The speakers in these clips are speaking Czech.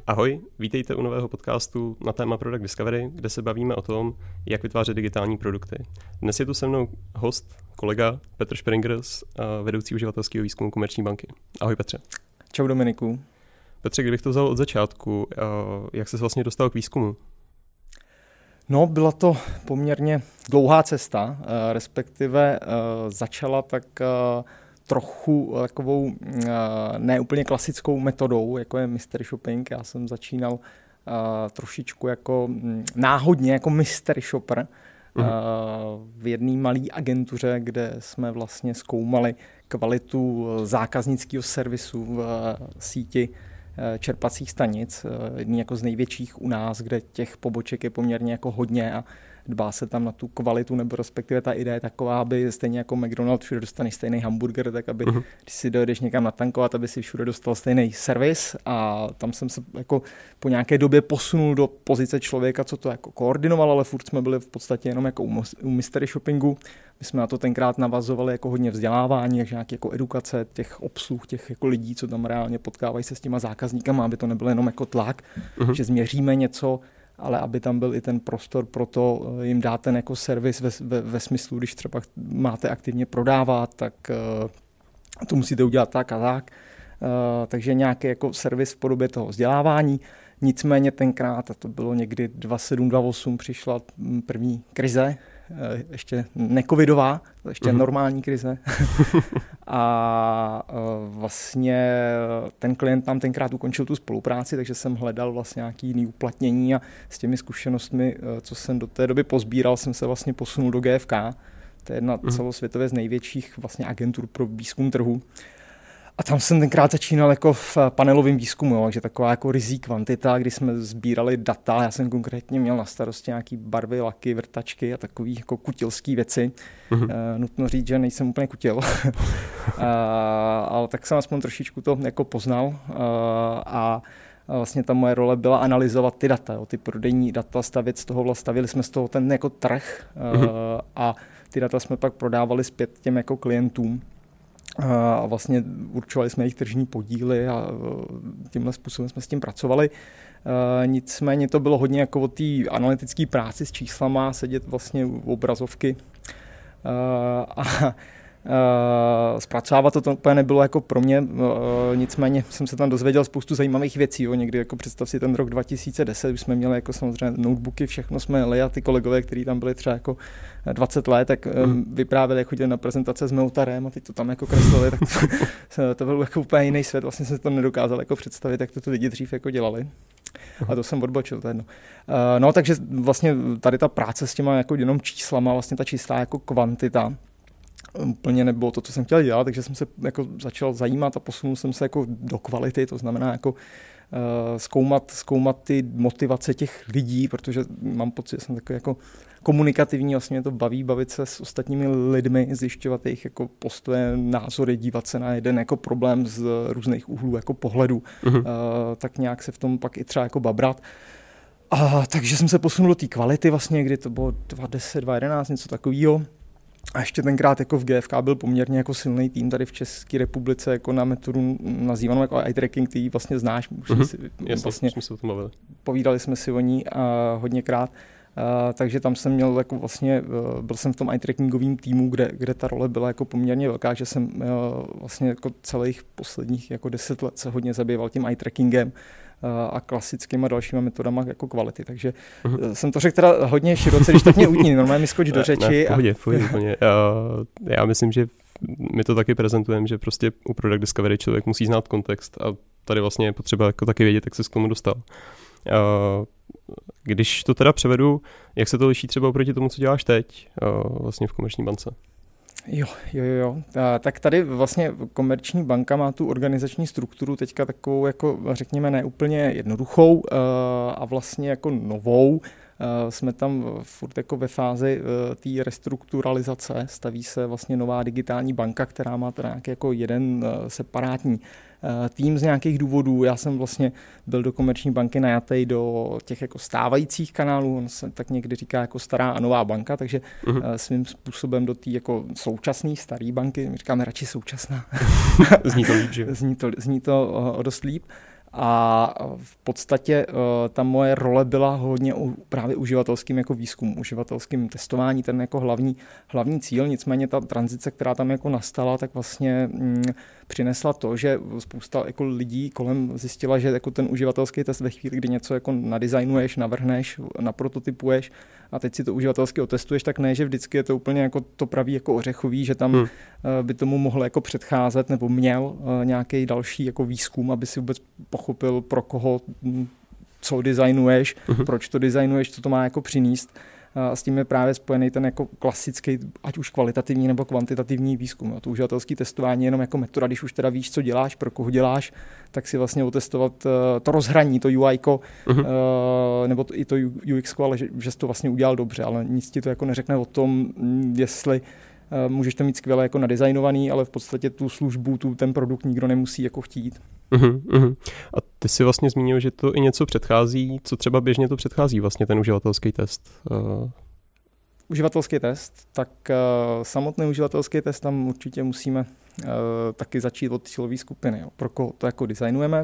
Ahoj, vítejte u nového podcastu na téma Product Discovery, kde se bavíme o tom, jak vytvářet digitální produkty. Dnes je tu se mnou host, kolega Petr Springer, vedoucí uživatelského výzkumu Komerční banky. Ahoj Petře. Čau Dominiku. Petře, kdybych to vzal od začátku, jak jsi vlastně dostal k výzkumu? No, byla to poměrně dlouhá cesta, respektive začala tak trochu takovou neúplně klasickou metodou, jako je mystery shopping. Já jsem začínal trošičku jako náhodně jako mystery shopper v jedné malé agentuře, kde jsme vlastně zkoumali kvalitu zákaznického servisu v síti čerpacích stanic, jedný jako z největších u nás, kde těch poboček je poměrně jako hodně a dbá se tam na tu kvalitu, nebo respektive ta idea je taková, aby stejně jako McDonald's všude dostaneš stejný hamburger, tak aby když si dojedeš někam natankovat, aby si všude dostal stejný servis, a tam jsem se jako po nějaké době posunul do pozice člověka, co to jako koordinoval, ale furt jsme byli v podstatě jenom jako u mystery shoppingu. My jsme na to tenkrát navazovali jako hodně vzdělávání, takže nějaké jako edukace těch obsluh, těch jako lidí, co tam reálně potkávají se s těma zákazníkama, aby to nebylo jenom jako tlak, že změříme něco, ale aby tam byl i ten prostor pro to jim dát ten jako servis ve smyslu, když třeba máte aktivně prodávat, tak to musíte udělat tak a tak. Takže nějaký jako servis v podobě toho vzdělávání. Nicméně tenkrát, a to bylo někdy 2007-2008, přišla první krize, ještě necovidová, ještě normální krize. A vlastně ten klient tam tenkrát ukončil tu spolupráci, takže jsem hledal vlastně nějaký jiný uplatnění a s těmi zkušenostmi, co jsem do té doby pozbíral, jsem se vlastně posunul do GfK. To je jedna celosvětově z největších vlastně agentur pro výzkum trhu. A tam jsem tenkrát začínal jako v panelovém výzkumu, takže taková jako rizí kvantita, kdy jsme sbírali data. Já jsem konkrétně měl na starosti nějaký barvy, laky, vrtačky a takový jako kutilský věci. Nutno říct, že nejsem úplně kutil. Ale tak jsem aspoň trošičku to jako poznal. A vlastně ta moje role byla analyzovat ty data, ty prodejní data, stavili jsme z toho ten jako trh a ty data jsme pak prodávali zpět těm jako klientům. A vlastně určovali jsme jejich tržní podíly a tímhle způsobem jsme s tím pracovali. Nicméně to bylo hodně jako o té analytické práci s číslama, sedět vlastně u obrazovky a zpracovávat to úplně nebylo jako pro mě, nicméně jsem se tam dozvěděl spoustu zajímavých věcí. Někdy jako představ si ten rok 2010, už jsme měli jako samozřejmě notebooky, všechno jsme jeli a ty kolegové, kteří tam byli třeba jako 20 let, tak vyprávěli, chodili na prezentace s Meutarem a teď to tam jako kreslili, tak to byl jako úplně jiný svět, vlastně jsem si to nedokázal jako představit, jak to ty lidi dřív jako dělali. A to jsem odbočil, to jedno. No, takže vlastně tady ta práce s těma jako jenom číslama, vlastně ta čistá jako kvantita, úplně nebylo to, co jsem chtěl dělat, takže jsem se jako začal zajímat a posunul jsem se jako do kvality, to znamená jako zkoumat ty motivace těch lidí, protože mám pocit, že jsem takový jako komunikativní, vlastně mě to baví bavit se s ostatními lidmi, zjišťovat jejich jako postoje, názory, dívat se na jeden jako problém z různých úhlů jako pohledu, tak nějak se v tom pak i třeba jako babrat. Takže jsem se posunul do té kvality vlastně, kdy to bylo 2010, 2011, něco takového. A ještě tenkrát jako v GfK byl poměrně jako silný tým tady v České republice jako na metodu nazývanou jako eye tracking, ty vlastně znáš. Vlastně jsme se o tom bavili. Povídali jsme si o ní hodněkrát. Takže tam jsem měl jako vlastně, byl jsem v tom eye trackingovém týmu, kde ta role byla jako poměrně velká, že jsem vlastně jako celých posledních jako 10 let se hodně zabýval tím eye trackingem a klasickýma dalšíma metodama jako kvality. Takže jsem to řekl teda hodně široce, když tak mě utní, normálně mi skoč do řeči. Ne, v pohodě. Já myslím, že my to taky prezentujeme, že prostě u Product Discovery člověk musí znát kontext a tady vlastně je potřeba jako taky vědět, jak se k tomu dostal. Když to teda převedu, jak se to liší třeba oproti tomu, co děláš teď vlastně v Komerční bance? Jo. Tak tady vlastně Komerční banka má tu organizační strukturu teďka takovou jako řekněme neúplně jednoduchou a vlastně jako novou. Jsme tam furt jako ve fázi té restrukturalizace, staví se vlastně nová digitální banka, která má teda nějaký jako jeden separátní tým z nějakých důvodů. Já jsem vlastně byl do Komerční banky najatý do těch jako stávajících kanálů, on se tak někdy říká jako stará a nová banka, takže svým způsobem do té jako současné staré banky, my říkáme radši současná. Zní to líp, že? Zní to dost líp. A v podstatě ta moje role byla hodně právě uživatelským jako výzkum, uživatelským testování, ten jako hlavní cíl. Nicméně ta tranzice, která tam jako nastala, tak vlastně přinesla to, že spousta jako lidí kolem zjistila, že jako ten uživatelský test ve chvíli, kdy něco jako nadizajnuješ, navrhneš, naprototypuješ a teď si to uživatelsky otestuješ, tak ne, že vždycky je to úplně jako to pravý jako ořechový, že tam by tomu mohl jako předcházet nebo měl nějaký další jako výzkum, aby si vůbec pochopil, pro koho co designuješ, proč to designuješ, co to má jako přinést. A s tím je právě spojený ten jako klasický, ať už kvalitativní nebo kvantitativní výzkum. A to uživatelské testování je jenom jako metoda, když už teda víš, co děláš, pro koho děláš, tak si vlastně otestovat to rozhraní, to UI-ko, nebo i to UX, ale že jsi to vlastně udělal dobře, ale nic ti to jako neřekne o tom, jestli můžeš to mít skvěle jako nadizajnovaný, ale v podstatě tu službu, ten produkt nikdo nemusí jako chtít. A ty si vlastně zmínil, že to i něco předchází, co třeba běžně to předchází vlastně ten uživatelský test? Uživatelský test, tak samotný uživatelský test tam určitě musíme taky začít od cílové skupiny, jo, pro koho to jako designujeme.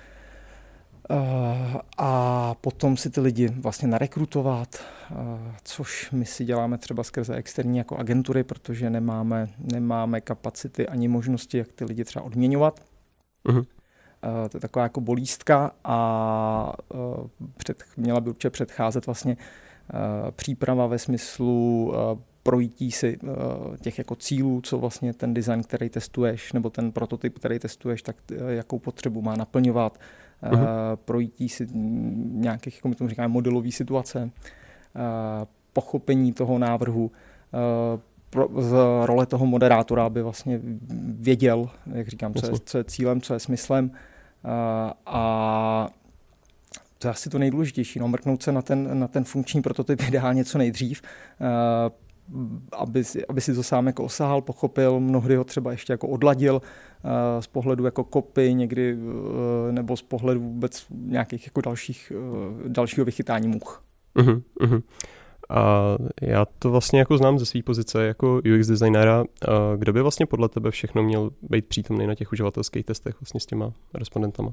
A potom si ty lidi vlastně narekrutovat, což my si děláme třeba skrze externí jako agentury, protože nemáme kapacity ani možnosti, jak ty lidi třeba odměňovat. To je taková jako bolístka a měla by určitě předcházet vlastně příprava ve smyslu projítí si těch jako cílů, co vlastně ten design, který testuješ, nebo ten prototyp, který testuješ, tak jakou potřebu má naplňovat, projítí si nějakých, jako my tomu říkáme, modelový situace, pochopení toho návrhu, z role toho moderátora, aby vlastně věděl, jak říkám, co je cílem, co je smyslem, a to je asi to nejdůležitější, mrknout se na ten funkční prototyp ideálně co nejdřív, aby si to sám jako osahal, pochopil, mnohdy ho třeba ještě jako odladil z pohledu jako copy někdy, nebo z pohledu vůbec nějakých jako dalšího vychytání much. A já to vlastně jako znám ze své pozice jako UX designera. Kdo by vlastně podle tebe všechno měl být přítomný na těch uživatelských testech vlastně s těma respondentama?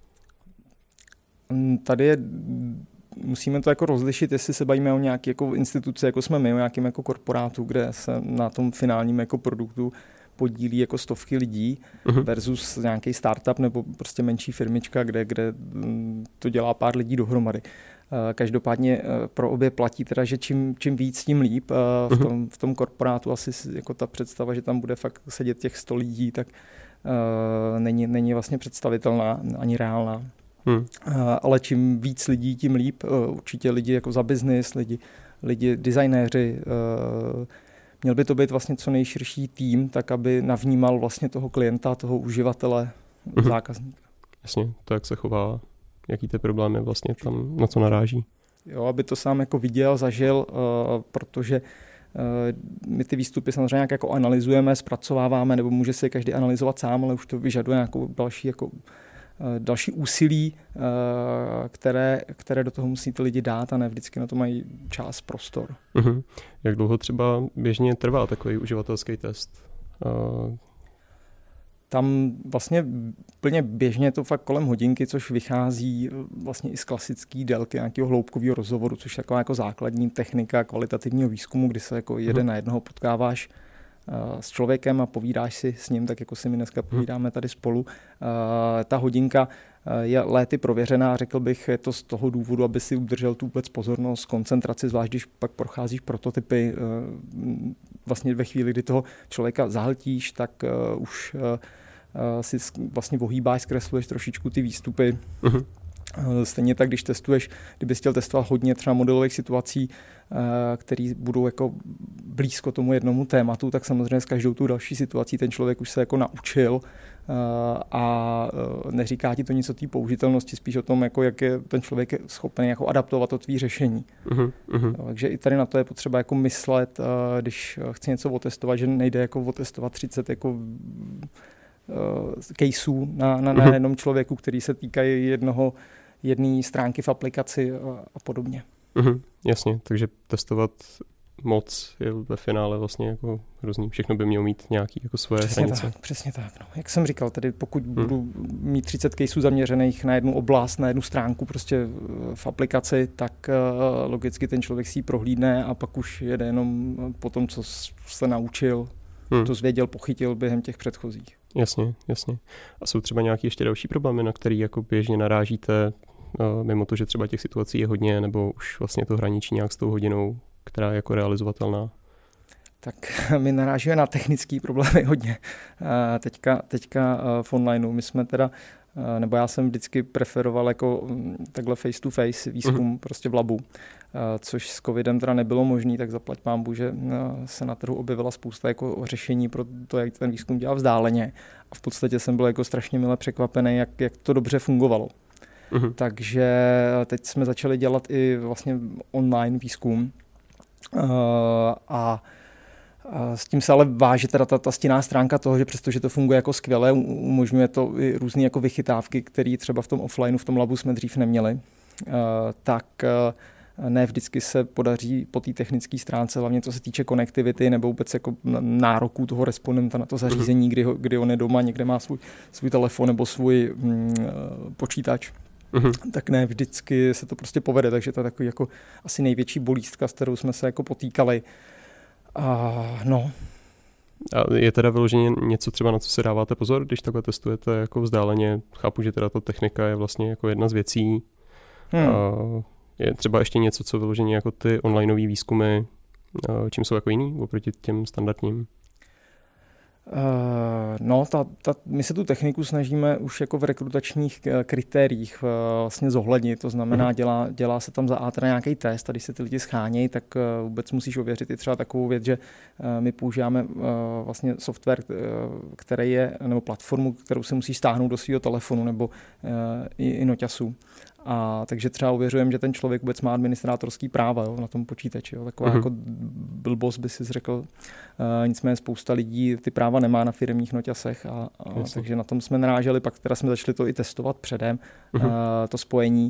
Tady musíme to jako rozlišit, jestli se bavíme o nějaké jako instituci, jako jsme my, o nějakém jako korporátu, kde se na tom finálním jako produktu podílí jako stovky lidí versus nějaký startup nebo prostě menší firmička, kde to dělá pár lidí dohromady. Každopádně pro obě platí teda, že čím víc, tím líp. V tom korporátu asi jako ta představa, že tam bude fakt sedět těch 100 lidí, tak není vlastně představitelná ani reálná. Ale čím víc lidí, tím líp. Určitě lidi jako za biznis, lidi designéři. Měl by to být vlastně co nejširší tým, tak aby navnímal vlastně toho klienta, toho uživatele, zákazníka. Jasně, to jak se chová, jaký ty problémy vlastně tam, na co naráží. Jo, aby to sám jako viděl, zažil, protože my ty výstupy samozřejmě nějak jako analyzujeme, zpracováváme, nebo může si každý analyzovat sám, ale už to vyžaduje nějakou další úsilí, které do toho musí ty lidi dát a ne vždycky na to mají čas, prostor. Jak dlouho třeba běžně trvá takový uživatelský test? Tam vlastně plně běžně to fakt kolem hodinky, což vychází vlastně i z klasické délky nějakého hloubkového rozhovoru, což je taková jako základní technika kvalitativního výzkumu, kdy se jako jeden na jednoho potkáváš s člověkem a povídáš si s ním, tak jako si my dneska povídáme tady spolu. Ta hodinka je léty prověřená, řekl bych, je to z toho důvodu, aby si udržel tu vůbec pozornost, koncentraci, zvlášť když pak procházíš prototypy. Vlastně ve chvíli, kdy toho člověka zahltíš, tak už si vlastně ohýbáš, zkresluješ trošičku ty výstupy. Stejně tak, když testuješ, kdybys chtěl testovat hodně třeba modelových situací, které budou jako blízko tomu jednomu tématu, tak samozřejmě s každou tu další situací ten člověk už se jako naučil a neříká ti to nic o té použitelnosti, spíš o tom, jako jak je ten člověk schopný jako adaptovat to tvý řešení. Takže i tady na to je potřeba jako myslet, když chci něco otestovat, že nejde jako otestovat 30 jako caseů na jednom člověku, který se týkají jedné stránky v aplikaci a podobně. Jasně, takže testovat moc je ve finále vlastně jako hrozný. Všechno by mělo mít nějaký jako svoje hranice. Přesně tak. No. Jak jsem říkal, tedy pokud budu mít 30 caseů zaměřených na jednu oblast, na jednu stránku prostě v aplikaci, tak logicky ten člověk si ji prohlídne a pak už jede jenom po tom, co se naučil, to zvěděl, pochytil během těch předchozích. Jasně. A jsou třeba nějaké ještě další problémy, na které jako běžně narážíte, mimo to, že třeba těch situací je hodně, nebo už vlastně to hraničí nějak s tou hodinou, která je jako realizovatelná? Tak my narážíme na technické problémy hodně. Teďka v onlineu my jsme teda, nebo já jsem vždycky preferoval jako takhle face to face výzkum prostě v labu, což s covidem teda nebylo možné, tak zaplať pánbůh, že se na trhu objevila spousta jako řešení pro to, jak ten výzkum dělá vzdáleně. A v podstatě jsem byl jako strašně mile překvapený, jak to dobře fungovalo. Takže teď jsme začali dělat i vlastně online výzkum a s tím se ale váže teda ta stinná stránka toho, že přestože to funguje jako skvěle, umožňuje to i různé jako vychytávky, které třeba v tom offlineu, v tom labu jsme dřív neměli, tak ne vždycky se podaří po té technické stránce, hlavně co se týče konektivity nebo vůbec jako nároků toho respondenta na to zařízení, kdy on je doma, někde má svůj telefon nebo svůj počítač. Tak ne vždycky se to prostě povede, takže to je takový jako asi největší bolístka, s kterou jsme se jako potýkali. No. A je teda vyloženě něco třeba, na co si dáváte pozor, když takhle testujete jako vzdáleně? Chápu, že teda ta technika je vlastně jako jedna z věcí. Je třeba ještě něco, co vyloženě jako ty onlineový výzkumy, čím jsou jako jiný oproti těm standardním? My se tu techniku snažíme už jako v rekrutačních kritériích vlastně zohlednit, to znamená, dělá se tam za A teda nějaký test a když se ty lidi schánějí, tak vůbec musíš ověřit i třeba takovou věc, že my používáme vlastně software, který je, nebo platformu, kterou se musí stáhnout do svého telefonu nebo i noťasu. A takže třeba ověřujeme, že ten člověk vůbec má administrátorský práva, jo, na tom počítači. Jo. Taková jako blbost by si řekl. Nicméně spousta lidí ty práva nemá na firemních noťasech. Takže na tom jsme naráželi, pak teda jsme začali to i testovat předem, to spojení.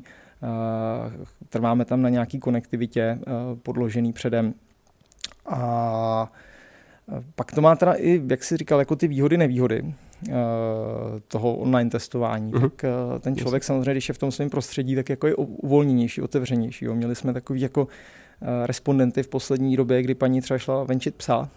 Trváme tam na nějaký konektivitě podložený předem. A pak to má teda i, jak jsi říkal, jako ty výhody, nevýhody toho online testování. Tak ten člověk samozřejmě, když je v tom svém prostředí, tak jako je uvolněnější, otevřenější. Jo. Měli jsme takový jako respondenty v poslední době, kdy paní třeba šla venčit psa,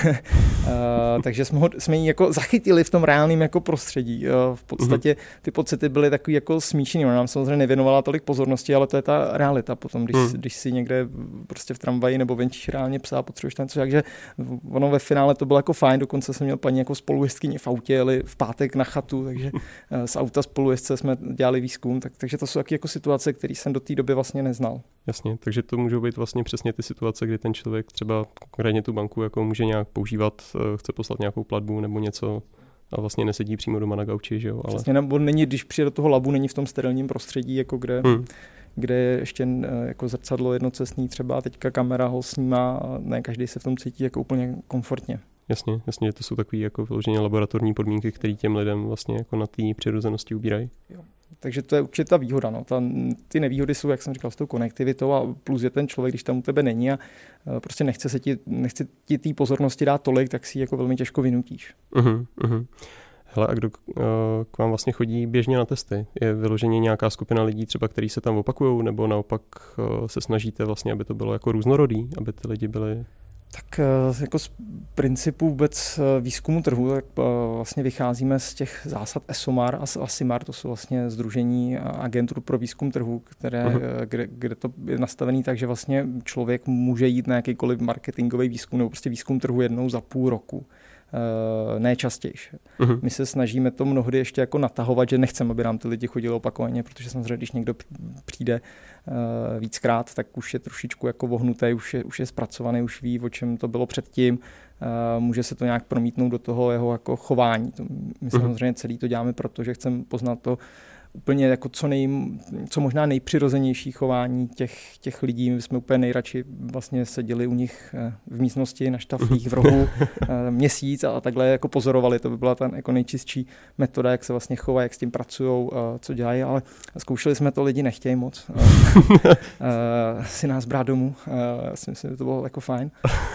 takže jsme ji jako zachytili v tom reálném jako prostředí. V podstatě ty pocity byly takový jako smíšený. Ona nám samozřejmě nevěnovala tolik pozornosti, ale to je ta realita potom, když si někde prostě v tramvaji nebo venčíš reálně psa a potřebuješ tam něco, takže ono ve finále to bylo jako fajn, dokonce jsem měl paní jako spolujezdkyni v autě, jeli v pátek na chatu, takže z auta spolujezdce jsme dělali výzkum, takže to jsou taky jako situace, které jsem do té doby vlastně neznal. Jasně, takže to můžou být vlastně přesně ty situace, kdy ten člověk třeba konkrétně tu banku jako může nějak používat, chce poslat nějakou platbu nebo něco a vlastně nesedí přímo doma na gauči, že jo? Ale... Přesně, nebo není, když přijde do toho labu, není v tom sterilním prostředí, jako kde je ještě jako zrcadlo jednocestný třeba, teďka kamera ho snímá a ne každý se v tom cítí jako úplně komfortně. Jasně, to jsou takové jako vyloženě laboratorní podmínky, které těm lidem vlastně jako na té přirozenosti ubírají. Jo. Takže to je určitě ta výhoda. No. Ty nevýhody jsou, jak jsem říkal, s tou konektivitou a plus je ten člověk, když tam u tebe není a prostě nechce ti té pozornosti dát tolik, tak si ji jako velmi těžko vynutíš. Hele, a kdo k vám vlastně chodí běžně na testy? Je vyloženě nějaká skupina lidí třeba, kteří se tam opakujou, nebo naopak se snažíte vlastně, aby to bylo jako různorodý, aby ty lidi byli... Tak jako z principu vůbec výzkumu trhu, tak vlastně vycházíme z těch zásad ESOMAR a SIMAR, to jsou vlastně sdružení agentur pro výzkum trhu, kde to je nastavený tak, že vlastně člověk může jít na jakýkoliv marketingový výzkum nebo prostě výzkum trhu jednou za půl roku. Ne častěji. My se snažíme to mnohdy ještě jako natahovat, že nechceme, aby nám ty lidi chodili opakovaně, protože samozřejmě, když někdo přijde víckrát, tak už je trošičku jako vohnutý, už je zpracovaný, už ví, o čem to bylo předtím, může se to nějak promítnout do toho jeho jako chování. My samozřejmě celý to děláme, protože chceme poznat to úplně jako co možná nejpřirozenější chování těch lidí. My jsme úplně nejradši vlastně seděli u nich v místnosti na štaflích v rohu měsíc a takhle jako pozorovali. To by byla ta jako nejčistší metoda, jak se vlastně chovají, jak s tím pracují, co dělají, ale zkoušeli jsme to, lidi nechtějí moc. Si nás brát domů. Já si myslím, že to bylo jako fajn.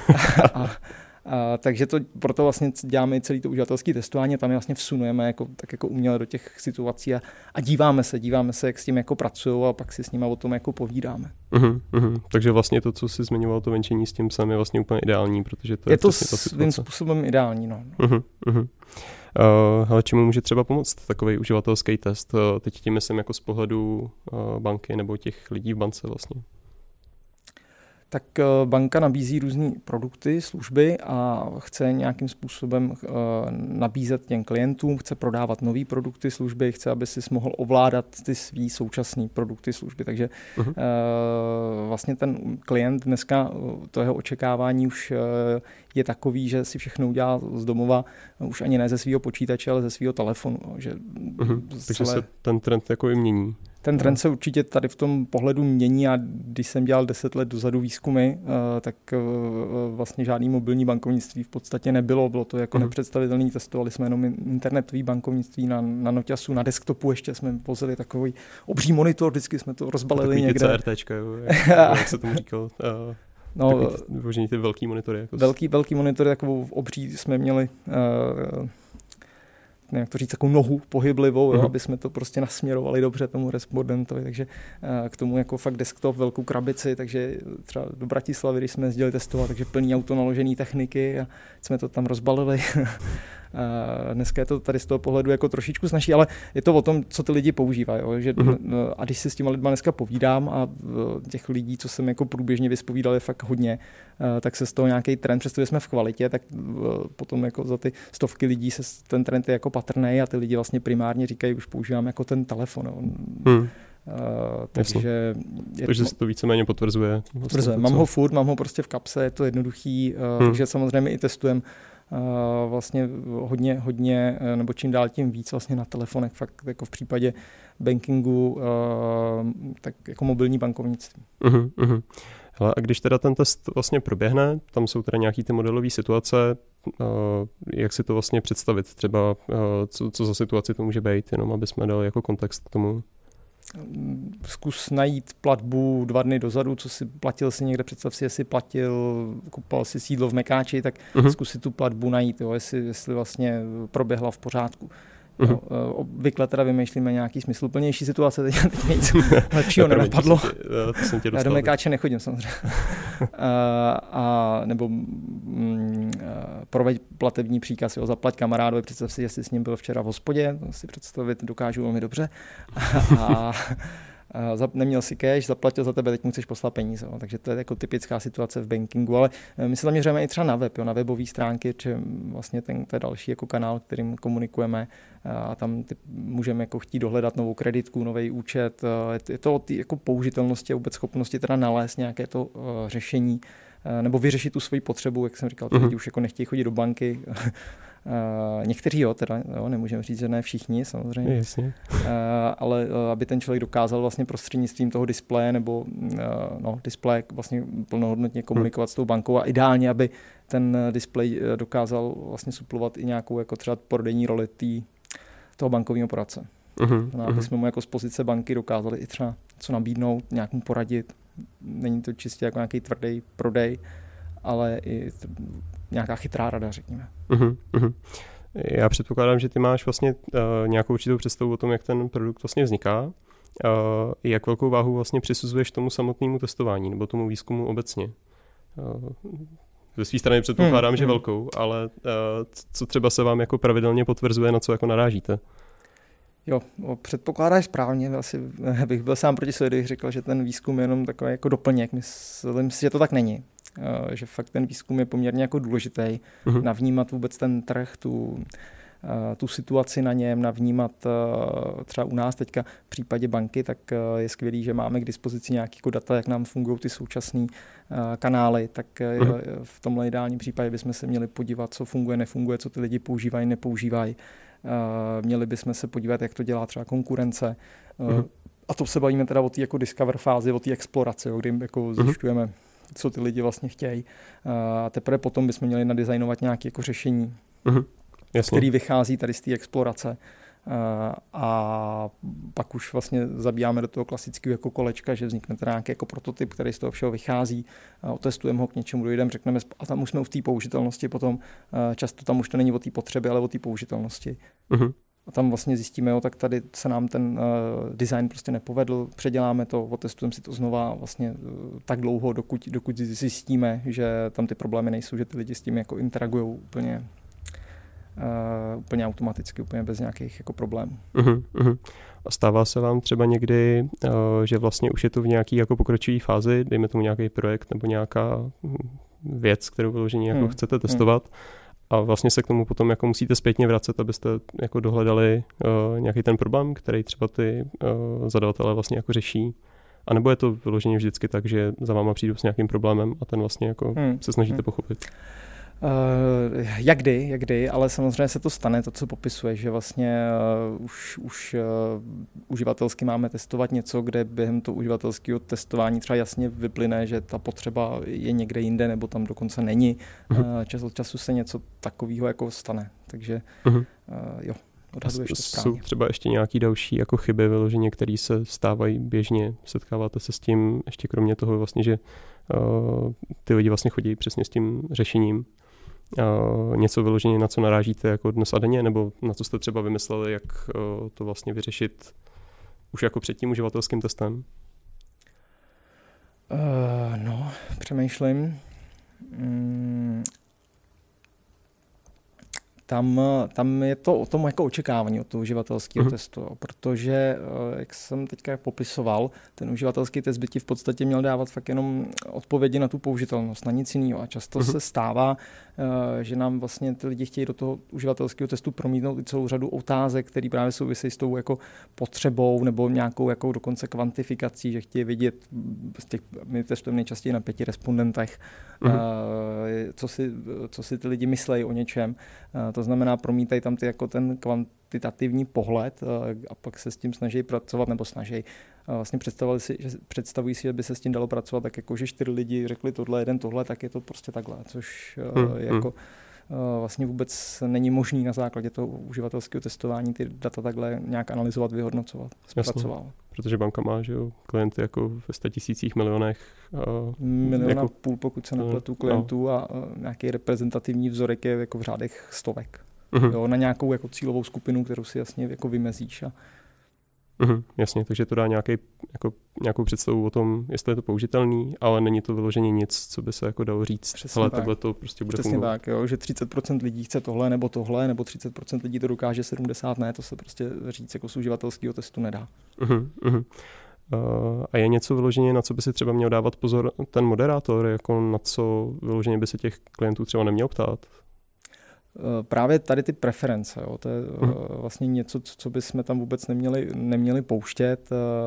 Takže proto vlastně děláme celý to uživatelské testování a tam je vlastně vsunujeme tak jako uměle do těch situací a díváme se, jak s tím jako pracují a pak si s nimi o tom jako povídáme. Takže vlastně to, co jsi zmiňoval, to venčení s tím psem je vlastně úplně ideální, protože to je to svým způsobem ideální. No. Ale čemu může třeba pomoct takový uživatelský test? Teď tím myslím jako z pohledu banky nebo těch lidí v bance vlastně. Tak banka nabízí různé produkty, služby a chce nějakým způsobem nabízet těm klientům, chce prodávat nové produkty, služby, chce, aby si mohl ovládat ty svý současné produkty, služby. Takže vlastně ten klient dneska, to jeho očekávání už je takový, že si všechno udělá z domova, už ani ne ze svého počítače, ale ze svého telefonu. Že takže se ten trend jako i mění. Ten trend se určitě tady v tom pohledu mění a když jsem dělal 10 let dozadu výzkumy, tak vlastně žádný mobilní bankovnictví v podstatě nebylo. Bylo to jako nepředstavitelné. Testovali jsme jenom internetové bankovnictví na noťasu, na desktopu ještě jsme vozili takový obří monitor, vždycky jsme to rozbalili takový někde. Takový CRTčka, jak se tomu říkal. Vyložený ty velký monitory. Jako velký monitory, takovou obří jsme měli jak to říct, takovou nohu pohyblivou, aby jsme to prostě nasměrovali dobře tomu respondentovi, takže k tomu jako fakt desktop, velkou krabici, takže třeba do Bratislavy, když jsme jezdili testovat, takže plný auto naložený techniky a jsme to tam rozbalili. Dneska je to tady z toho pohledu jako trošičku snažší, ale je to o tom, co ty lidi používají. Že, a když si s těma lidma dneska povídám a těch lidí, co jsem jako průběžně vyspovídal, je fakt hodně, tak se z toho nějaký trend, přestože jsme v kvalitě, tak potom jako za ty stovky lidí se ten trend je jako patrný a ty lidi vlastně primárně říkají, už používám jako ten telefon. Takže se to víceméně potvrzuje. Potvrzuje. Mám ho furt, mám ho prostě v kapse, je to jednoduchý, takže samozřejmě i testujeme vlastně hodně, nebo čím dál tím víc vlastně na telefonech, fakt jako v případě bankingu, tak jako mobilní bankovnictví. Hele, a když teda ten test vlastně proběhne, tam jsou teda nějaký ty modelové situace, jak si to vlastně představit? Třeba co za situaci to může být, jenom aby jsme dali jako kontext k tomu. Zkus najít platbu 2 dny dozadu, co si platil si někde, představ si, jestli kupoval si sídlo v Mekáči, tak zkus si tu platbu najít, jestli vlastně proběhla v pořádku. Obvykle teda vymýšlíme nějaký smysluplnější situace, teď nic lepšího nenapadlo. Já do Mekáče nechodím samozřejmě. Nebo proveď platební příkaz, zaplať kamarádovi, představ si, jestli s ním byl včera v hospodě, to si představit dokážu velmi dobře. Neměl si cash, zaplatil za tebe, teď mu chceš poslat peníze. Takže to je jako typická situace v bankingu, ale my se zaměřujeme i třeba na web, na webové stránky, či vlastně to je další jako kanál, kterým komunikujeme a tam můžeme jako chtít dohledat novou kreditku, nový účet. Je to o té jako použitelnosti a vůbec schopnosti teda nalézt nějaké to řešení nebo vyřešit tu svoji potřebu, jak jsem říkal, ty lidi už jako nechtějí chodit do banky. Někteří nemůžeme říct, že ne všichni samozřejmě, ale aby ten člověk dokázal vlastně prostřednictvím toho displeje nebo displeje vlastně plnohodnotně komunikovat s tou bankou a ideálně, aby ten displej dokázal vlastně suplovat i nějakou jako třeba prodejní roli toho bankovního poradce. Aby jsme mu jako z pozice banky dokázali i třeba co nabídnout, nějak mu poradit. Není to čistě jako nějaký tvrdý prodej, ale i nějaká chytrá rada, řekněme. Já předpokládám, že ty máš vlastně nějakou určitou představu o tom, jak ten produkt vlastně vzniká. Jak velkou váhu vlastně přisuzuješ tomu samotnému testování nebo tomu výzkumu obecně? Ze své strany předpokládám, že velkou, ale co třeba se vám jako pravidelně potvrzuje, na co jako narážíte? Jo, předpokládáš správně, asi bych byl sám proti sobě, když řekl, že ten výzkum je jenom takový jako doplněk. Myslím si, že to tak není. Že fakt ten výzkum je poměrně jako důležitý, navnímat vůbec ten trh, tu situaci na něm, navnímat třeba u nás teďka v případě banky, tak je skvělý, že máme k dispozici nějaké jako data, jak nám fungují ty současné kanály, tak v tomhle ideálním případě bychom se měli podívat, co funguje, nefunguje, co ty lidi používají, nepoužívají. Měli bychom se podívat, jak to dělá třeba konkurence. A to se bavíme teda o té jako discover fázi, o té exploraci, kdy jako zjišťujeme, co ty lidi vlastně chtějí. A teprve potom bychom měli nadizajnovat nějaké jako řešení, který vychází tady z té explorace. A pak už vlastně zabíjáme do toho klasického jako kolečka, že vznikne teda nějaký jako prototyp, který z toho všeho vychází, otestujeme ho, k něčemu dojdeme, řekneme, a tam už jsme v té použitelnosti potom, často tam už to není o té potřebě, ale o té použitelnosti. A tam vlastně zjistíme, tak tady se nám ten design prostě nepovedl, předěláme to, otestujeme si to znova vlastně tak dlouho, dokud zjistíme, že tam ty problémy nejsou, že ty lidi s tím jako interagují úplně automaticky, úplně bez nějakých jako problémů. A stává se vám třeba někdy, že vlastně už je to v nějaký jako pokročilé fázi, dejme tomu nějaký projekt nebo nějaká věc, kterou vyloženě jako chcete testovat, a vlastně se k tomu potom jako musíte zpětně vracet, abyste jako dohledali nějaký ten problém, který třeba ty zadavatelé vlastně jako řeší. A nebo je to vyloženě vždycky tak, že za váma přijdou s nějakým problémem a ten vlastně jako se snažíte pochopit? Jak kdy, ale samozřejmě se to stane, to, co popisuje, že vlastně už uživatelsky máme testovat něco, kde během toho uživatelského testování třeba jasně vyplyne, že ta potřeba je někde jinde, nebo tam dokonce není. Čas od času se něco takového jako stane, takže jo. Odhaduješ to správně. Jsou třeba ještě nějaké další jako chyby vyloženě, které se stávají běžně? Setkáváte se s tím ještě kromě toho vlastně, že ty lidi vlastně chodí přesně s tím řešením? Něco vyloženě, na co narážíte jako dnes a denně, nebo na co jste třeba vymysleli, jak to vlastně vyřešit už jako před tím uživatelským testem? Přemýšlím. Tam je to o tom jako očekávání od toho uživatelského testu, protože, jak jsem teďka popisoval, ten uživatelský test by ti v podstatě měl dávat fakt jenom odpovědi na tu použitelnost, na nic jiného. A často se stává, že nám vlastně ty lidi chtějí do toho uživatelského testu promítnout i celou řadu otázek, které právě souvisí s tou jako potřebou nebo nějakou jako dokonce kvantifikací, že chtějí vidět, my testujeme nejčastěji na 5 respondentech, co si ty lidi myslejí o něčem. To znamená, promítají tam jako ten kvantitativní pohled a pak se s tím snaží pracovat, nebo vlastně představují si, že by se s tím dalo pracovat tak jako, že 4 lidi řekli tohle, jeden tohle, tak je to prostě takhle, což jako vlastně vůbec není možný na základě toho uživatelského testování ty data takhle nějak analyzovat, vyhodnocovat, zpracovávat. Protože banka má, že jo, klienty jako ve 100 000 milionech. Milion jako, a půl, pokud se nepletu klientů a nějaký reprezentativní vzorek je jako v řádech stovek. Jo, na nějakou jako cílovou skupinu, kterou si jasně jako vymezíš. Jasně, takže to dá nějakou představu o tom, jestli je to použitelný, ale není to vyloženě nic, co by se jako dalo říct. Ale takhle to prostě bude fungovat. Tak, jo, že 30% lidí chce tohle, nebo 30% lidí to dokáže, 70 ne, to se prostě říct jako z uživatelského testu nedá. A je něco vyloženě, na co by si třeba měl dávat pozor ten moderátor, jako na co vyloženě by se těch klientů třeba neměl ptát? Právě tady ty preference, jo, to je vlastně něco, co bychom tam vůbec neměli pouštět.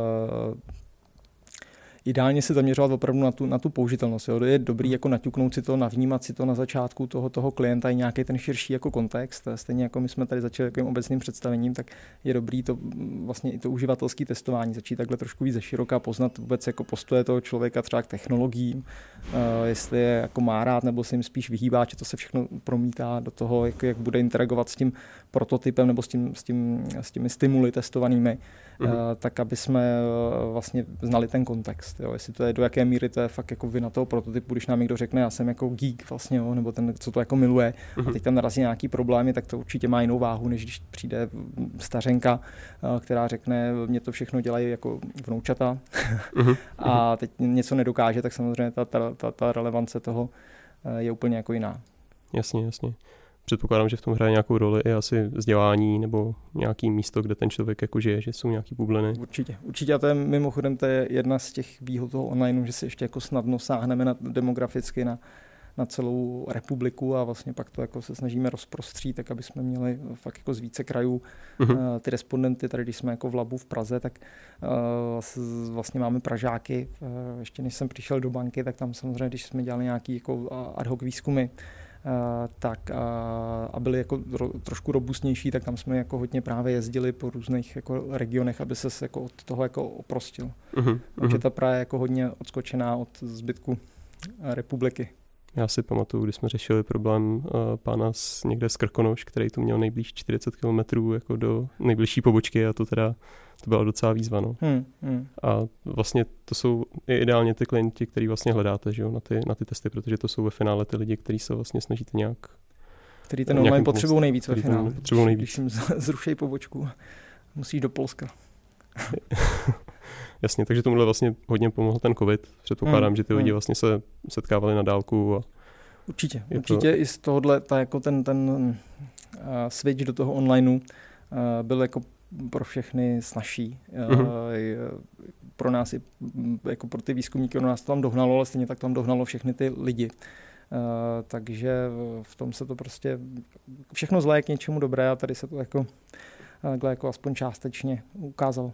Ideálně se zaměřovat opravdu na tu použitelnost. Jo. Je dobrý jako naťuknout si to, navnímat si to na začátku toho klienta i nějaký ten širší jako kontext. Stejně jako my jsme tady začali takovým obecným představením, tak je dobrý to vlastně i to uživatelské testování začít takhle trošku víc ze široka poznat vůbec jako postoje toho člověka třeba k technologiím, jestli je jako má rád nebo se jim spíš vyhýbá, že to se všechno promítá do toho, jak bude interagovat s tím prototypem nebo s těmi stimuly testovanými, tak aby jsme vlastně znali ten kontext. Jo, jestli to je, do jaké míry to je fakt jako vina toho prototypu, když nám někdo řekne, já jsem jako geek vlastně, jo, nebo ten, co to jako miluje, a teď tam narazí nějaký problémy, tak to určitě má jinou váhu, než když přijde stařenka, která řekne, mě to všechno dělají jako vnoučata a teď něco nedokáže, tak samozřejmě ta relevance toho je úplně jako jiná. Jasně. Předpokládám, že v tom hraje nějakou roli i asi vzdělání nebo nějaký místo, kde ten člověk jako žije, že jsou nějaký bubliny. Určitě a to je mimochodem to je jedna z těch výhod toho online, že si ještě jako snadno sáhneme demograficky na celou republiku a vlastně pak to jako se snažíme rozprostřít, tak aby jsme měli fakt jako z více krajů ty respondenty. Tady, když jsme jako v labu v Praze, tak vlastně máme Pražáky. Ještě než jsem přišel do banky, tak tam samozřejmě, když jsme dělali nějaký jako ad hoc výzkumy, a byli jako trošku robustnější, tak tam jsme jako hodně právě jezdili po různých jako regionech, aby se jako od toho jako oprostil. Takže ta Praha je jako hodně odskočená od zbytku republiky. Já si pamatuju, když jsme řešili problém pána někde z Krkonoš, který tu měl nejblíž 40 km jako do nejbližší pobočky a to byla docela výzva. No. A vlastně to jsou ideálně ty klienti, který vlastně hledáte, že jo, na ty testy, protože to jsou ve finále ty lidi, kteří se vlastně snažíte nějak... Který ten online potřebují nejvíc ve finále. Když jim zrušejí pobočku, musíš do Polska. Jasně, takže tomuhle vlastně hodně pomohl ten covid. Předpokládám, že ty lidi vlastně se setkávali na dálku. A určitě i z tohohle jako ten switch do toho onlineu byl jako pro všechny snazší. Pro nás i jako pro ty výzkumníky, nás to tam dohnalo, ale stejně tak tam dohnalo všechny ty lidi. Takže v tom se to prostě všechno zlé je k něčemu dobré a tady se to jako aspoň částečně ukázalo.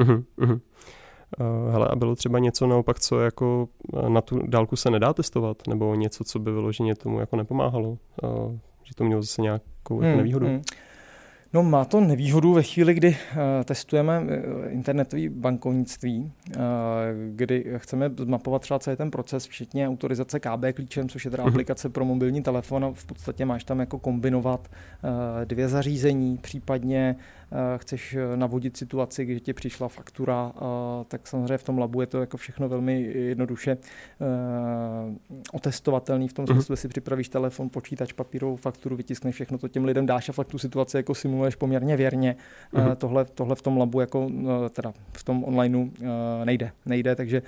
Hele, a bylo třeba něco naopak, co jako na tu dálku se nedá testovat, nebo něco, co by vyloženě tomu jako nepomáhalo, že to mělo zase nějakou jako nevýhodu? No, má to nevýhodu ve chvíli, kdy testujeme internetové bankovnictví, kdy chceme zmapovat třeba celý ten proces, včetně autorizace KB klíčem, což je teda aplikace pro mobilní telefon a v podstatě máš tam jako kombinovat dvě zařízení, případně chceš navodit situaci, když ti přišla faktura, tak samozřejmě v tom labu je to jako všechno velmi jednoduše otestovatelný v tom smyslu, že si připravíš telefon, počítač, papírovou fakturu, vytiskneš všechno to těm lidem, dáš a fakt tu situaci jako simuluješ poměrně věrně. Tohle v tom labu jako teda v tom onlineu nejde, takže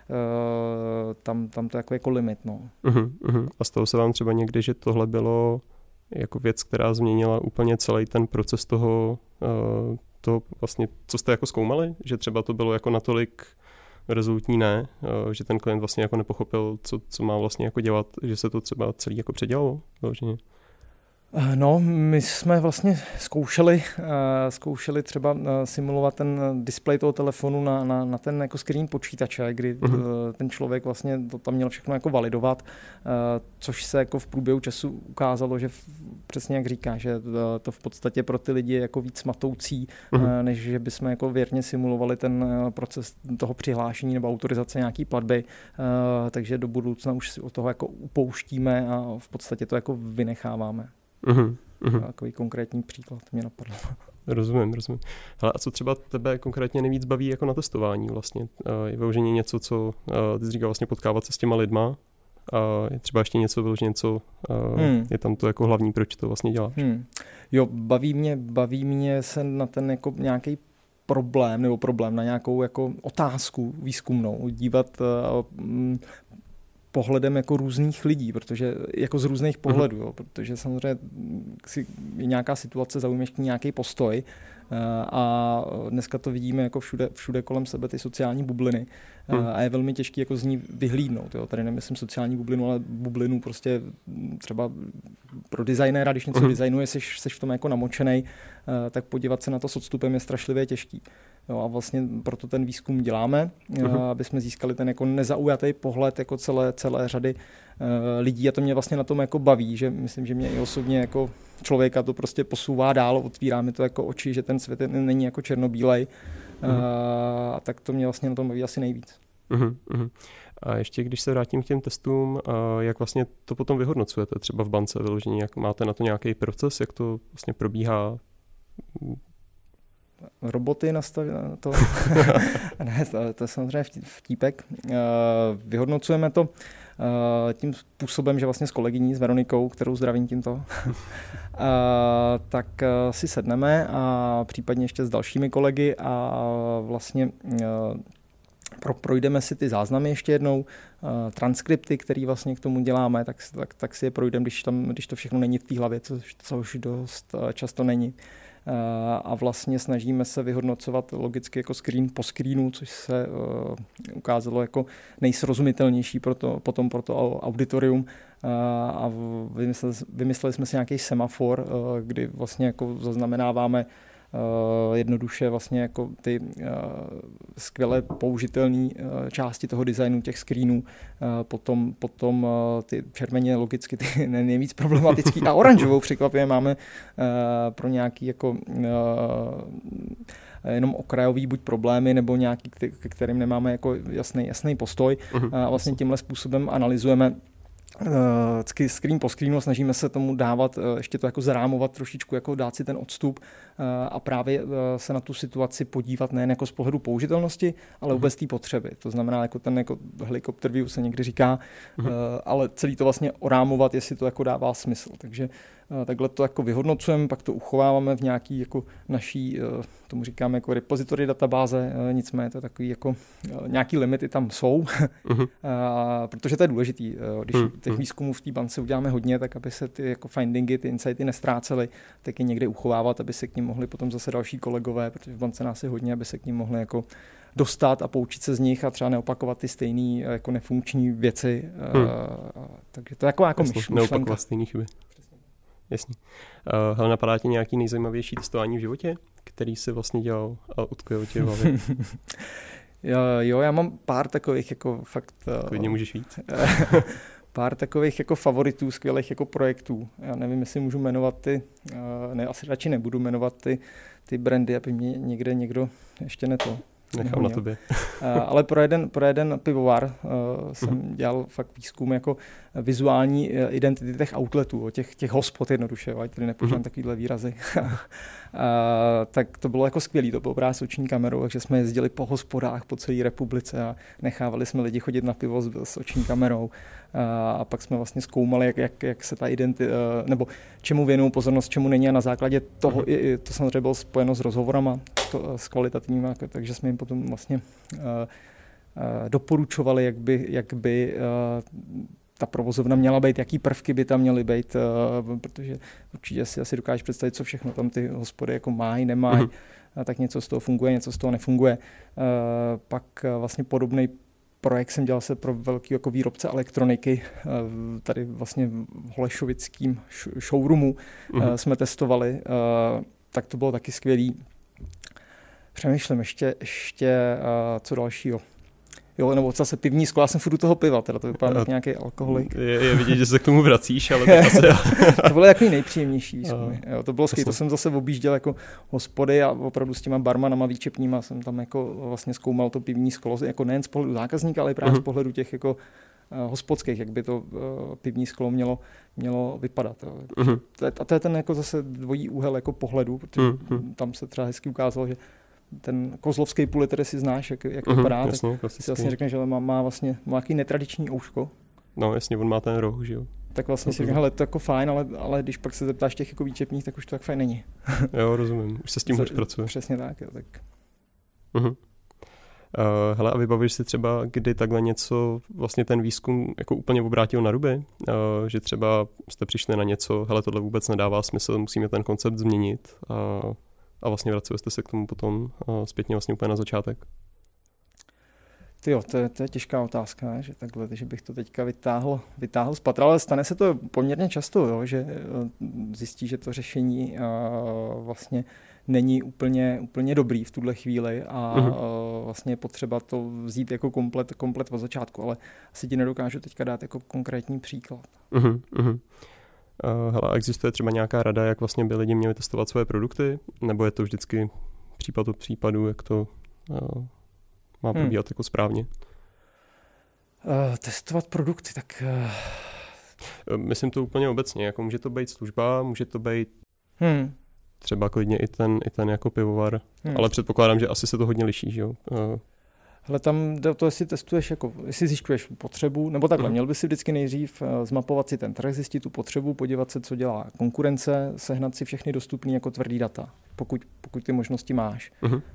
tam to jako limit. No. A stalo se vám třeba někdy, že tohle bylo jako věc, která změnila úplně celý ten proces toho vlastně, co jste jako zkoumali? Že třeba to bylo jako natolik rezolutní že ten klient vlastně jako nepochopil, co má vlastně jako dělat, že se to třeba celý jako předělalo? Vloženě. No, my jsme vlastně zkoušeli třeba simulovat ten displej toho telefonu na ten jako screen počítače, kdy ten člověk vlastně to tam měl všechno jako validovat, což se jako v průběhu času ukázalo, že přesně jak říká, že to v podstatě pro ty lidi je jako víc matoucí, než že bychom jako věrně simulovali ten proces toho přihlášení nebo autorizace nějaký platby, takže do budoucna už si od toho jako upouštíme a v podstatě to jako vynecháváme. Takový konkrétní příklad mě napadl. Rozumím. Hele, a co třeba tebe konkrétně nejvíc baví jako na testování vlastně? Je vyloženě něco, co ty jsi říkal vlastně potkávat se s těma lidma? A je třeba ještě něco vyloženě, co je tam to jako hlavní, proč to vlastně děláš? Jo, baví mě se na ten jako nějaký problém na nějakou jako otázku výzkumnou dívat pohledem jako různých lidí, protože jako z různých pohledů, jo, protože samozřejmě si je nějaká situace, zaujmeš k ní nějaký postoj a dneska to vidíme jako všude kolem sebe ty sociální bubliny a je velmi těžký jako z ní vyhlídnout. Jo. Tady nemyslím sociální bublinu, ale bublinu prostě třeba pro designéra, když něco designuje, seš v tom jako namočenej, tak podívat se na to s odstupem je strašlivě těžký. Jo, a vlastně proto ten výzkum děláme, aby jsme získali ten jako nezaujatý pohled jako celé řady lidí a to mě vlastně na tom jako baví, že myslím, že mě i osobně jako člověka to prostě posouvá dál, otvírá mi to jako oči, že ten svět není jako černobílej a tak to mě vlastně na tom baví asi nejvíc. A ještě když se vrátím k těm testům, jak vlastně to potom vyhodnocujete třeba v bance vyložení, jak máte na to nějaký proces, jak to vlastně probíhá? Roboty nastaví to. Ne, to je samozřejmě vtípek. Vyhodnocujeme to tím způsobem, že vlastně s kolegyní, s Veronikou, kterou zdravím tímto, tak si sedneme a případně ještě s dalšími kolegy a vlastně projdeme si ty záznamy ještě jednou, transkripty, které vlastně k tomu děláme, tak si je projdeme, když to všechno není v té hlavě, což dost často není. A vlastně snažíme se vyhodnocovat logicky jako screen po screenu, což se ukázalo jako nejsrozumitelnější potom pro to auditorium a vymysleli jsme si nějaký semafor, kdy vlastně jako zaznamenáváme jednoduše vlastně jako ty skvěle použitelné části toho designu těch screenů, potom ty červeně logicky ty nejvíc problematický a oranžovou překvapivě máme pro nějaký jako jenom okrajový buď problémy nebo nějaký, ke kterým nemáme jako jasný postoj. A vlastně tímhle způsobem analyzujeme screen po screenu, snažíme se tomu dávat, ještě to jako zarámovat trošičku, jako dát si ten odstup a právě se na tu situaci podívat nejen jako z pohledu použitelnosti, ale vůbec té potřeby. To znamená, jako ten jako helikopter view se někdy říká, ale celý to vlastně orámovat, jestli to jako dává smysl. Takže takhle to jako vyhodnocujeme, pak to uchováváme v nějaký jako naší, tomu říkáme jako repository databáze, nicméně to je takový jako nějaký limity tam jsou, protože to je důležitý. Když těch výzkumů v té bance uděláme hodně, tak aby se ty jako findingy, ty insighty nestrácely, tak je někde uchovávat, aby se k nim mohli potom zase další kolegové, protože v bance nás je hodně, aby se k nim mohli jako dostat a poučit se z nich a třeba neopakovat ty stejné jako nefunkční věci. Takže to je jako myšlenka. Neopakovat stejné chyby. Jasně. Hele, napadá ti nějaký nejzajímavější testování v životě, který jsi vlastně dělal a utkvěl tě v hlavě? Jo, já mám pár takových jako fakt... Klidně můžeš víc. Pár takových jako favoritů, skvělých jako projektů. Já nevím, jestli můžu jmenovat asi radši nebudu jmenovat ty brandy, aby mě někdo ještě nechám na tobě. Ale pro jeden pivovar jsem dělal fakt výzkum jako vizuální identity těch outletů, těch hospod jednoduše, ať tady nepoužívám takovýhle výrazy. Tak to bylo jako skvělý, to bylo právě s oční kamerou, takže jsme jezdili po hospodách po celé republice a nechávali jsme lidi chodit na pivo s oční kamerou. A pak jsme vlastně zkoumali, jak se ta identita, nebo čemu věnují pozornost, čemu není a na základě toho, to samozřejmě bylo spojeno s rozhovorama, s kvalitativníma, takže jsme jim potom vlastně doporučovali, jak by ta provozovna měla být, jaký prvky by tam měly být, protože určitě si asi dokážeš představit, co všechno tam ty hospody jako mají, nemají, tak něco z toho funguje, něco z toho nefunguje. Pak vlastně podobný projekt jsem dělal se pro velký jako výrobce elektroniky, tady vlastně v holešovickém showroomu jsme testovali, tak to bylo taky skvělý. Přemýšlím ještě co dalšího. Jo, nebo zase pivní sklo, já jsem furt u toho piva, teda to vypadá jako nějaký alkoholik. Je vidět, že se k tomu vracíš, ale tak asi... To bylo takový nejpříjemnější výzkumy. Jo, to bylo skvělé, to jsem zase objížděl jako hospody a opravdu s těma barmanama výčepníma jsem tam jako vlastně zkoumal to pivní sklo, jako nejen z pohledu zákazníka, ale i právě z pohledu těch jako hospodských, jak by to pivní sklo mělo vypadat. A to je ten jako zase dvojí úhel jako pohledu, protože tam se třeba hezky ukázalo, že ten kozlovský půl litr, si znáš, jak vypadá, jasně, tak si vlastně řekne, že má vlastně nějaký netradiční ouško. No jasně, on má ten roh, že jo. Tak vlastně si řekne, hele, to je jako fajn, ale když pak se zeptáš těch jako výčepních, tak už to tak fajn není. Jo, rozumím, už se s tím hůř pracuje. Přesně tak, jo, tak. Hele, a vybavíš si třeba, kdy takhle něco, vlastně ten výzkum jako úplně obrátil na ruby? Že třeba jste přišli na něco, hele, tohle vůbec nedává smysl, musíme ten koncept změnit a vlastně vraceli jste se k tomu potom zpětně vlastně úplně na začátek? Tyjo, to je těžká otázka, ne? Že takhle, že bych to teďka vytáhl z patra, ale stane se to poměrně často, jo? Že zjistí, že to řešení vlastně není úplně dobrý v tuhle chvíli a vlastně je potřeba to vzít jako komplet od začátku, ale asi ti nedokážu teďka dát jako konkrétní příklad. Hele, existuje třeba nějaká rada, jak vlastně by lidi měli testovat svoje produkty, nebo je to vždycky případ od případu, jak to má probíhat jako správně? Testovat produkty, tak... Myslím to úplně obecně, jako může to být služba, může to být třeba klidně i ten jako pivovar, ale předpokládám, že asi se to hodně liší, že jo? Hele, tam jde o to, jestli testuješ, jako, jestli zjišťuješ potřebu, nebo takhle, měl by si vždycky nejdřív zmapovat si ten trh, zjistit tu potřebu, podívat se, co dělá konkurence, sehnat si všechny dostupné jako tvrdý data, pokud ty možnosti máš.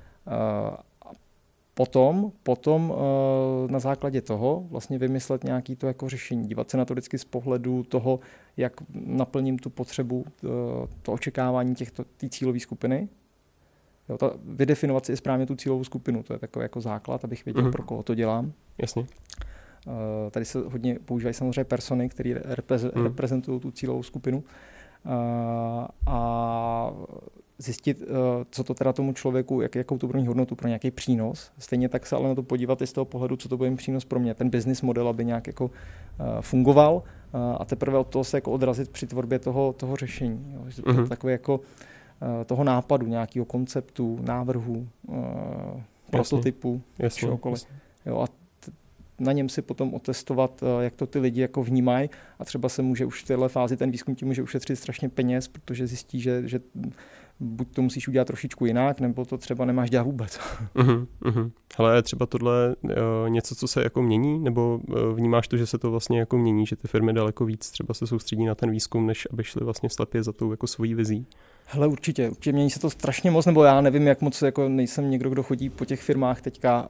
Potom na základě toho vlastně vymyslet nějaký to jako řešení, dívat se na to vždycky z pohledu toho, jak naplním tu potřebu, to očekávání té cílové skupiny. Jo, vydefinovat si správně tu cílovou skupinu, to je takový jako základ, abych věděl, pro koho to dělám. Jasně. Tady se hodně používají samozřejmě persony, které reprezentují tu cílovou skupinu. A zjistit, co to teda tomu člověku, jakou tu pro ní hodnotu, pro nějaký přínos. Stejně tak se ale na to podívat i z toho pohledu, co to bude přínos pro mě. Ten business model, aby nějak jako fungoval a teprve od toho se jako odrazit při tvorbě toho řešení. Jo. To takové jako toho nápadu, nějakého konceptu, návrhu, prototypu, čehokoliv. Jo, a na něm si potom otestovat, jak to ty lidi jako vnímají a třeba se může už v téhle fázi ten výzkum tím může ušetřit strašně peněz, protože zjistí, že buď to musíš udělat trošičku jinak, nebo to třeba nemáš dělat vůbec. Ale třeba tohle něco, co se jako mění, nebo vnímáš to, že se to vlastně jako mění, že ty firmy daleko víc třeba se soustředí na ten výzkum, než aby šli vlastně slepě za tou jako svojí vizí? Hele, určitě mění se to strašně moc, nebo já nevím, jak moc, jako nejsem někdo, kdo chodí po těch firmách teďka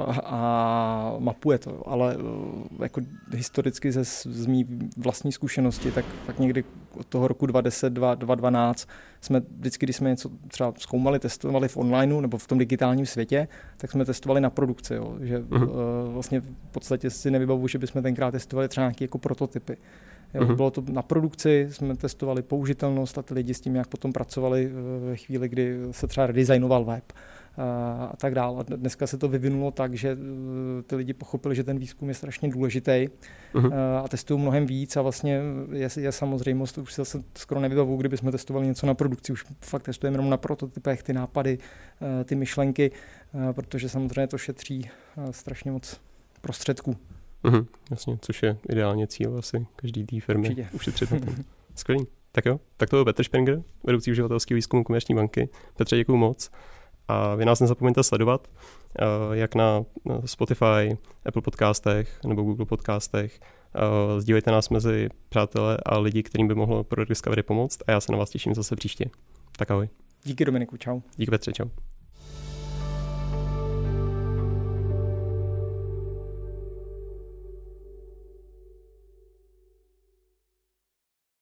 a mapuje to, ale jako historicky z mý vlastní zkušenosti, tak fakt někdy od toho roku 2010, 2012 jsme vždycky, když jsme něco třeba zkoumali, testovali v onlineu nebo v tom digitálním světě, tak jsme testovali na produkci, jo, že vlastně v podstatě si nevybavuji, že bychom tenkrát testovali třeba nějaké jako prototypy. Jo, bylo to na produkci, jsme testovali použitelnost a ty lidi s tím, jak potom pracovali ve chvíli, kdy se třeba redesignoval web a tak dále. Dneska se to vyvinulo tak, že ty lidi pochopili, že ten výzkum je strašně důležitý a testují mnohem víc a vlastně je samozřejmost, už se skoro nevybavuju, kdyby jsme testovali něco na produkci, už fakt testujeme jenom na prototypech, ty nápady, ty myšlenky, protože samozřejmě to šetří strašně moc prostředků. Jasně, což je ideálně cíl asi každý té firmy ušetřit na tom. Skvělý. Tak jo, tak to byl Petr Springer, vedoucí uživatelského výzkumu Komerční banky. Petře, děkuju moc. A vy nás nezapomeňte sledovat, jak na Spotify, Apple podcastech nebo Google podcastech. Sdílejte nás mezi přátelé a lidi, kterým by mohlo Product Discovery pomoct a já se na vás těším zase příště. Tak ahoj. Díky Dominiku, čau. Díky Petře, čau.